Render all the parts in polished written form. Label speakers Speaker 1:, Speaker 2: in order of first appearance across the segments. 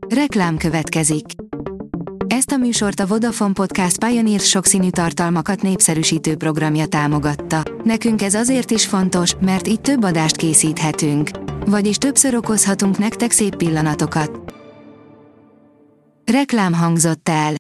Speaker 1: Reklám következik. Ezt a műsort a Vodafone Podcast Pioneer sokszínű tartalmakat népszerűsítő programja támogatta. Nekünk ez azért is fontos, mert így több adást készíthetünk. Vagyis többször okozhatunk nektek szép pillanatokat. Reklám hangzott el.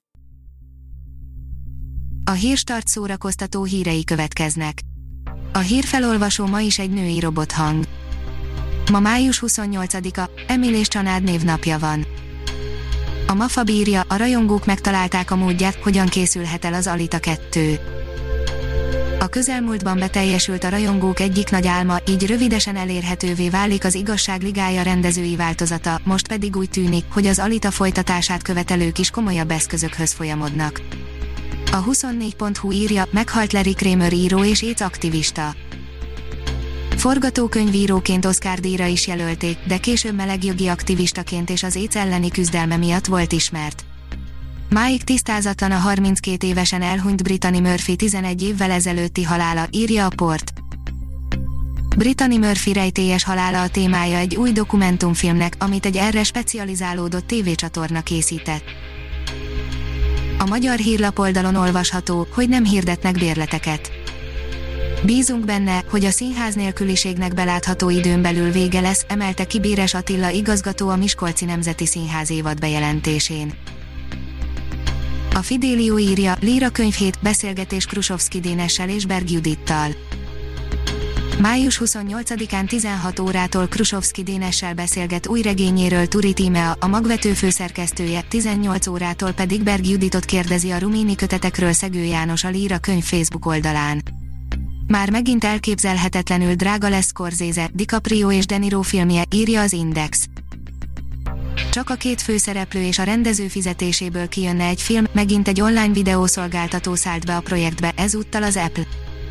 Speaker 1: A Hírstart szórakoztató hírei következnek. A hírfelolvasó ma is egy női robothang. Ma május 28-a, Emil és Csanád névnapja van. A MAFA írja, a rajongók megtalálták a módját, hogyan készülhet el az Alita 2. A közelmúltban beteljesült a rajongók egyik nagy álma, így rövidesen elérhetővé válik az Igazság Ligája rendezői változata, most pedig úgy tűnik, hogy az Alita folytatását követelők is komolyabb eszközökhöz folyamodnak. A 24.hu írja, meghalt Larry Kramer író és AIDS aktivista. Forgatókönyvíróként Oscar-díjra is jelölték, de később melegjogi aktivistaként és az AIDS elleni küzdelme miatt volt ismert. Máig tisztázatlan a 32 évesen elhunyt Brittany Murphy 11 évvel ezelőtti halála, írja a Port. Brittany Murphy rejtélyes halála a témája egy új dokumentumfilmnek, amit egy erre specializálódott tévécsatorna készített. A magyar hírlapoldalon olvasható, hogy nem hirdetnek bérleteket. Bízunk benne, hogy a színház nélküliségnek belátható időn belül vége lesz, emelte ki Béres Attila igazgató a Miskolci Nemzeti Színház évad bejelentésén. A Fidelio írja, Líra könyvhét, beszélgetés Krusovszki Dénessel és Berg Judittal. Május 28-án 16 órától Krusovszki Dénessel beszélget új regényéről Turi Tímea, a magvető főszerkesztője, 18 órától pedig Berg Juditot kérdezi a rumíni kötetekről Szegő János a Líra könyv Facebook oldalán. Már megint elképzelhetetlenül drága lesz Scorsese, DiCaprio és De Niro filmje, írja az Index. Csak a két főszereplő és a rendező fizetéséből kijönne egy film, megint egy online videószolgáltató szállt be a projektbe, ezúttal az Apple.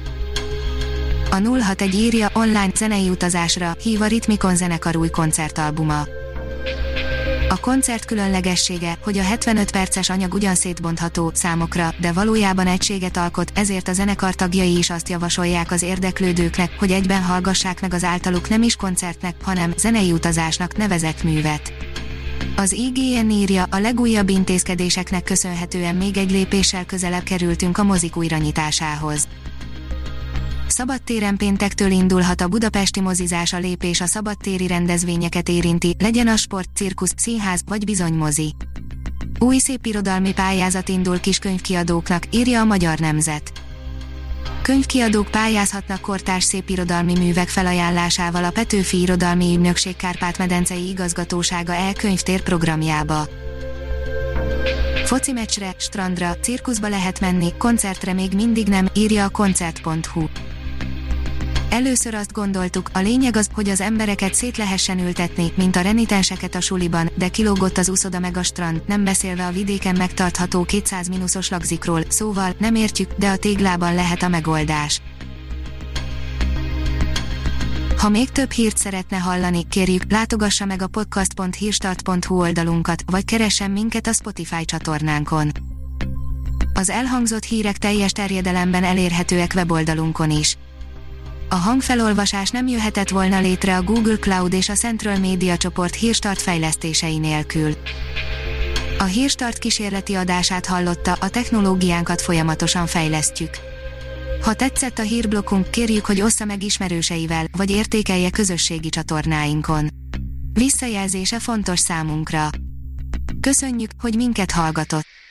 Speaker 1: A 061 írja, online zenei utazásra hív a Ritmikon zenekar új koncertalbuma. A koncert különlegessége, hogy a 75 perces anyag ugyan szétbontható számokra, de valójában egységet alkot, ezért a zenekar tagjai is azt javasolják az érdeklődőknek, hogy egyben hallgassák meg az általuk nem is koncertnek, hanem zenei utazásnak nevezett művet. Az IGN írja, a legújabb intézkedéseknek köszönhetően még egy lépéssel közelebb kerültünk a mozik újranyitásához. Szabadtéren péntektől indulhat a budapesti mozizás, a lépés a szabadtéri rendezvényeket érinti, legyen a sport, cirkusz, színház vagy bizony mozi. Új szépirodalmi pályázat indul kiskönyvkiadóknak, írja a Magyar Nemzet. Könyvkiadók pályázhatnak kortárs szépirodalmi művek felajánlásával a Petőfi Irodalmi Ügynökség Kárpát-medencei igazgatósága e-könyvtér programjába. Foci meccsre, strandra, cirkuszba lehet menni, koncertre még mindig nem, írja a koncert.hu. Először azt gondoltuk, a lényeg az, hogy az embereket szét lehessen ültetni, mint a renitenseket a suliban, de kilógott az uszoda meg a strand, nem beszélve a vidéken megtartható 200 mínuszos lagzikról, szóval nem értjük, de a téglában lehet a megoldás. Ha még több hírt szeretne hallani, kérjük, látogassa meg a podcast.hírstart.hu oldalunkat, vagy keressen minket a Spotify csatornánkon. Az elhangzott hírek teljes terjedelemben elérhetőek weboldalunkon is. A hangfelolvasás nem jöhetett volna létre a Google Cloud és a Central Media csoport Hírstart fejlesztései nélkül. A Hírstart kísérleti adását hallotta, a technológiánkat folyamatosan fejlesztjük. Ha tetszett a hírblokkunk, kérjük, hogy ossza meg ismerőseivel, vagy értékelje közösségi csatornáinkon. Visszajelzése fontos számunkra. Köszönjük, hogy minket hallgatott!